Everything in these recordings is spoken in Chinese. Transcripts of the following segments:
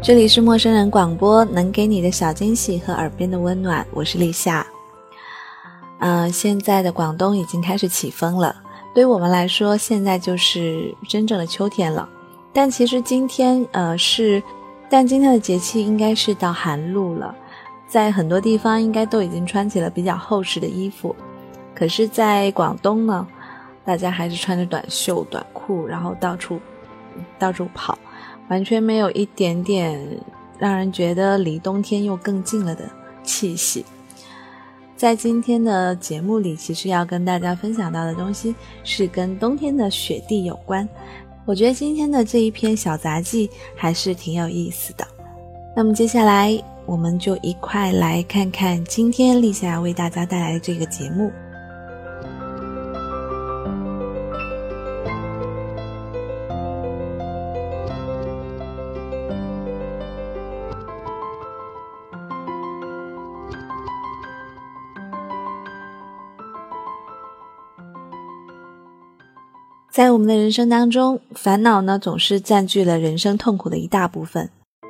这里是陌生人广播，能给你的小惊喜和耳边的温暖，我是立夏。现在的广东已经开始起风了，对于我们来说现在就是真正的秋天了。但其实今天今天的节气应该是到寒露了，在很多地方应该都已经穿起了比较厚实的衣服。可是在广东呢，大家还是穿着短袖短裤，然后到处跑，完全没有一点点让人觉得离冬天又更近了的气息。在今天的节目里，其实要跟大家分享到的东西是跟冬天的雪地有关。我觉得今天的这一篇小杂记还是挺有意思的。那么接下来我们就一块来看看今天立夏为大家带来的这个节目。在我们的人生当中，烦恼呢总是占据了人生痛苦的一大部分。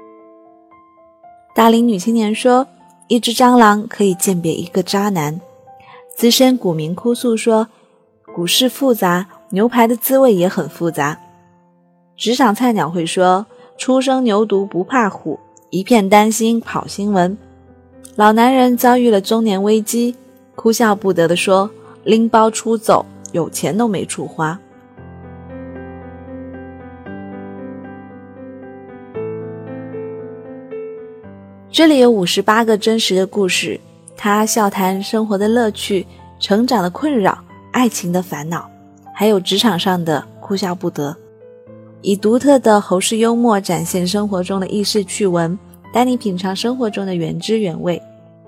大龄女青年说，一只蟑螂可以鉴别一个渣男。资深股民哭诉说，股市复杂，牛排的滋味也很复杂。职场菜鸟会说，初生牛犊不怕虎，一片担心跑新闻。老男人遭遇了中年危机，哭笑不得地说，拎包出走，有钱都没处花。这里有58个真实的故事，他笑谈生活的乐趣，成长的困扰，爱情的烦恼，还有职场上的哭笑不得。以独特的侯氏幽默展现生活中的轶事趣闻，带你品尝生活中的原汁原味。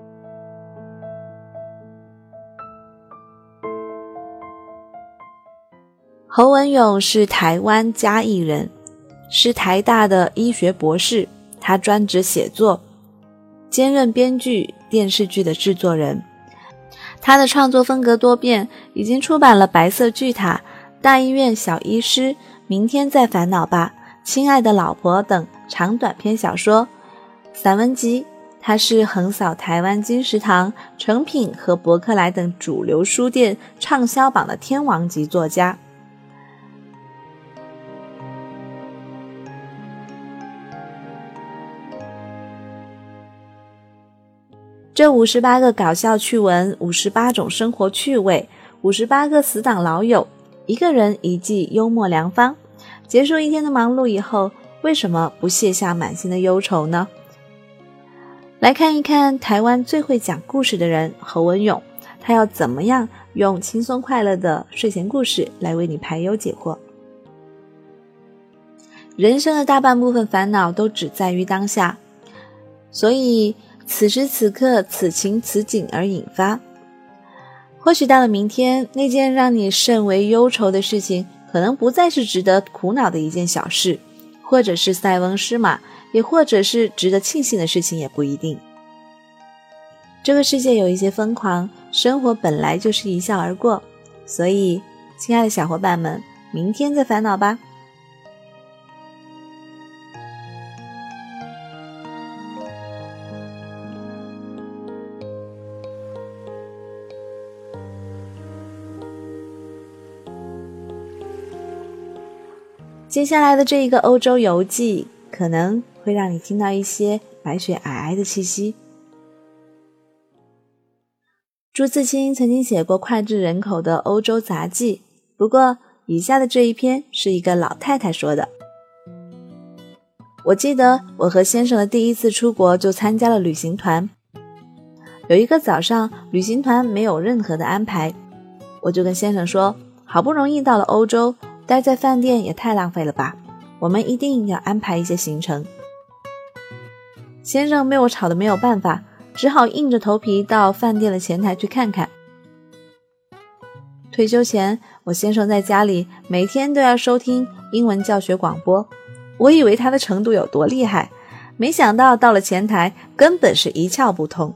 侯文勇是台湾嘉义人，是台大的医学博士，他专职写作，兼任编剧、电视剧的制作人。他的创作风格多变，已经出版了《白色巨塔》、大医院小医师、明天再烦恼吧、亲爱的老婆等长短篇小说、散文集。他是横扫台湾金石堂、诚品和博客来等主流书店畅销榜的天王级作家。这58个搞笑趣闻，58种生活趣味，58个死党老友，一个人一剂幽默良方。结束一天的忙碌以后，为什么不卸下满心的忧愁呢？来看一看台湾最会讲故事的人侯文勇，他要怎么样用轻松快乐的睡前故事来为你排忧解惑。人生的大半部分烦恼都只在于当下，所以此时此刻，此情此景而引发。或许到了明天，那件让你甚为忧愁的事情，可能不再是值得苦恼的一件小事，或者是塞翁失马，也或者是值得庆幸的事情，也不一定。这个世界有一些疯狂，生活本来就是一笑而过，所以，亲爱的小伙伴们，明天再烦恼吧。接下来的这一个欧洲游记，可能会让你听到一些白雪皑皑的气息。朱自清曾经写过脍炙人口的欧洲杂记，不过以下的这一篇是一个老太太说的。我记得我和先生的第一次出国就参加了旅行团，有一个早上旅行团没有任何的安排，我就跟先生说，好不容易到了欧洲，待在饭店也太浪费了吧，我们一定要安排一些行程。先生被我吵得没有办法，只好硬着头皮到饭店的前台去看看。退休前，我先生在家里每天都要收听英文教学广播，我以为他的程度有多厉害，没想到到了前台根本是一窍不通。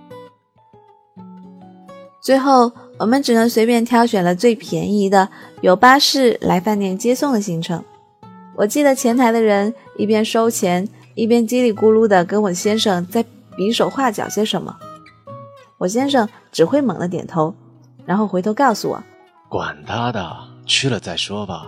最后我们只能随便挑选了最便宜的有巴士来饭店接送的行程。我记得前台的人一边收钱一边叽里咕噜地跟我先生在比手画脚些什么。我先生只会猛地点头，然后回头告诉我， 管他的，去了再说吧。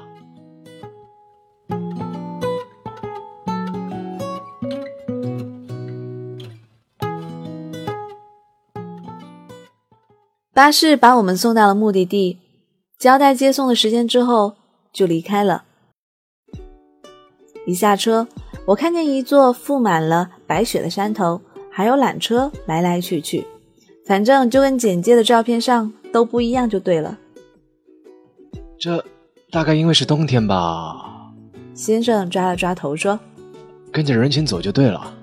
巴士把我们送到了目的地，交代接送的时间之后就离开了。一下车，我看见一座覆满了白雪的山头，还有缆车来来去去，反正就跟简介的照片上都不一样就对了。 这大概因为是冬天吧。 先生抓了抓头说， 跟着人群走就对了。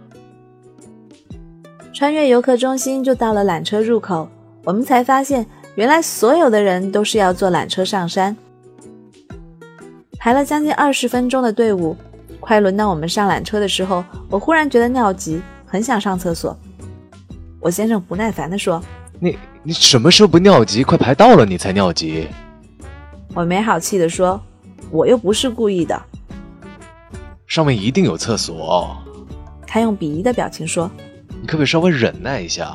穿越游客中心就到了缆车入口，我们才发现原来所有的人都是要坐缆车上山。排了将近20分钟的队伍，快轮到我们上缆车的时候，我忽然觉得尿急，很想上厕所。我先生不耐烦地说， 你什么时候不尿急？快排到了你才尿急。 我没好气地说，我又不是故意的。 上面一定有厕所。 他用鄙夷的表情说， 你可不可以稍微忍耐一下？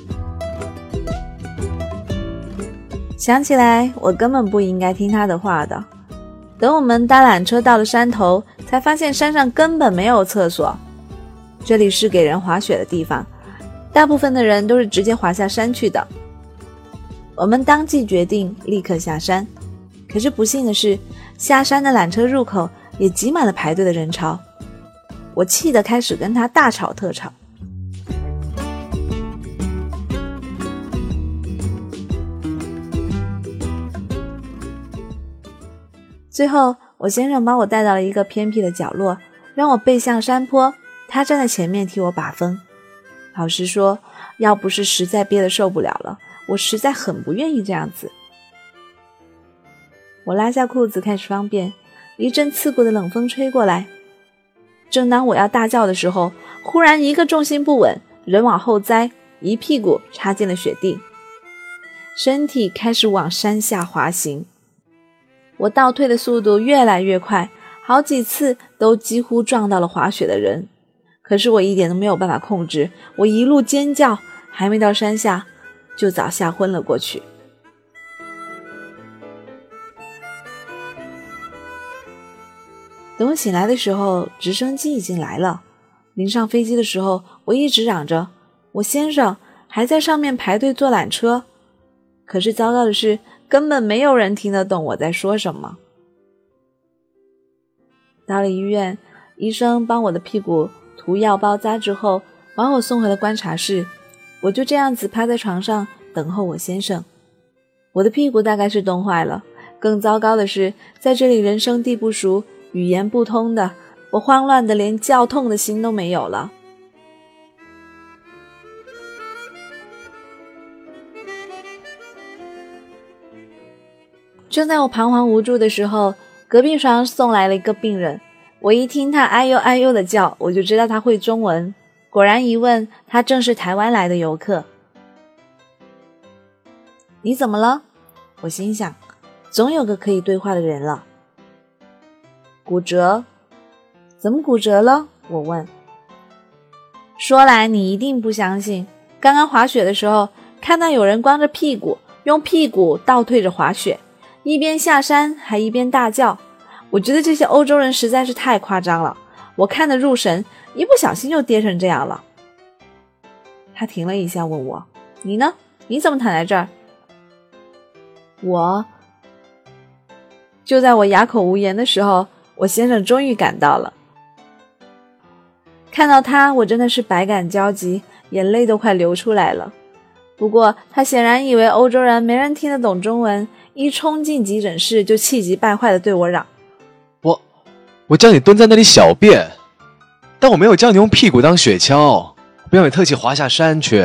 想起来我根本不应该听他的话的。等我们搭缆车到了山头，才发现山上根本没有厕所。这里是给人滑雪的地方，大部分的人都是直接滑下山去的。我们当即决定立刻下山，可是不幸的是，下山的缆车入口也挤满了排队的人潮。我气得开始跟他大吵特吵。最后我先生把我带到了一个偏僻的角落，让我背向山坡，他站在前面替我把风。老实说，要不是实在憋得受不了了，我实在很不愿意这样子。我拉下裤子开始方便，一阵刺骨的冷风吹过来。正当我要大叫的时候，忽然一个重心不稳，人往后栽，一屁股插进了雪地，身体开始往山下滑行。我倒退的速度越来越快，好几次都几乎撞到了滑雪的人，可是我一点都没有办法控制，我一路尖叫，还没到山下就早吓昏了过去。等我醒来的时候，直升机已经来了。临上飞机的时候，我一直嚷着我先生还在上面排队坐缆车，可是糟糕的是，根本没有人听得懂我在说什么。到了医院，医生帮我的屁股涂药包扎之后，把我送回了观察室。我就这样子趴在床上等候我先生。我的屁股大概是冻坏了，更糟糕的是，在这里人生地不熟，语言不通的，我慌乱的连叫痛的心都没有了。正在我彷徨无助的时候，隔壁床送来了一个病人。我一听他哎呦哎呦的叫，我就知道他会中文。果然一问，他正是台湾来的游客。你怎么了？我心想，总有个可以对话的人了。骨折。怎么骨折了？我问。说来你一定不相信，刚刚滑雪的时候，看到有人光着屁股，用屁股倒退着滑雪，一边下山还一边大叫。我觉得这些欧洲人实在是太夸张了，我看得入神，一不小心就跌成这样了。他停了一下问我，你呢？你怎么躺在这儿？就在我哑口无言的时候，我先生终于赶到了。看到他，我真的是百感交集，眼泪都快流出来了。不过他显然以为欧洲人没人听得懂中文，一冲进急诊室就气急败坏地对我嚷， 我叫你蹲在那里小便，但我没有叫你用屁股当雪橇，不要你特气滑下山去。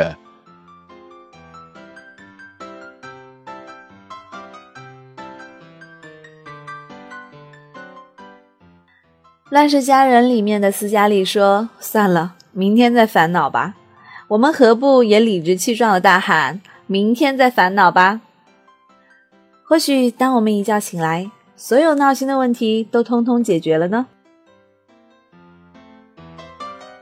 乱世佳人里面的斯嘉丽说，算了，明天再烦恼吧。我们何不也理直气壮地大喊，明天再烦恼吧。或许当我们一觉醒来，所有闹心的问题都通通解决了呢。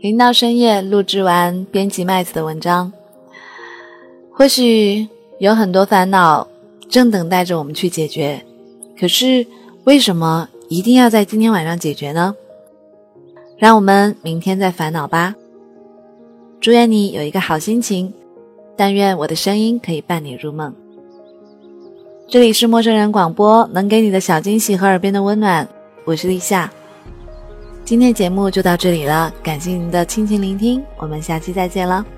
临到深夜录制完编辑麦子的文章，或许有很多烦恼正等待着我们去解决，可是为什么一定要在今天晚上解决呢？让我们明天再烦恼吧。祝愿你有一个好心情，但愿我的声音可以伴你入梦。这里是陌生人广播，能给你的小惊喜和耳边的温暖，我是立夏。今天节目就到这里了，感谢您的倾情聆听，我们下期再见了。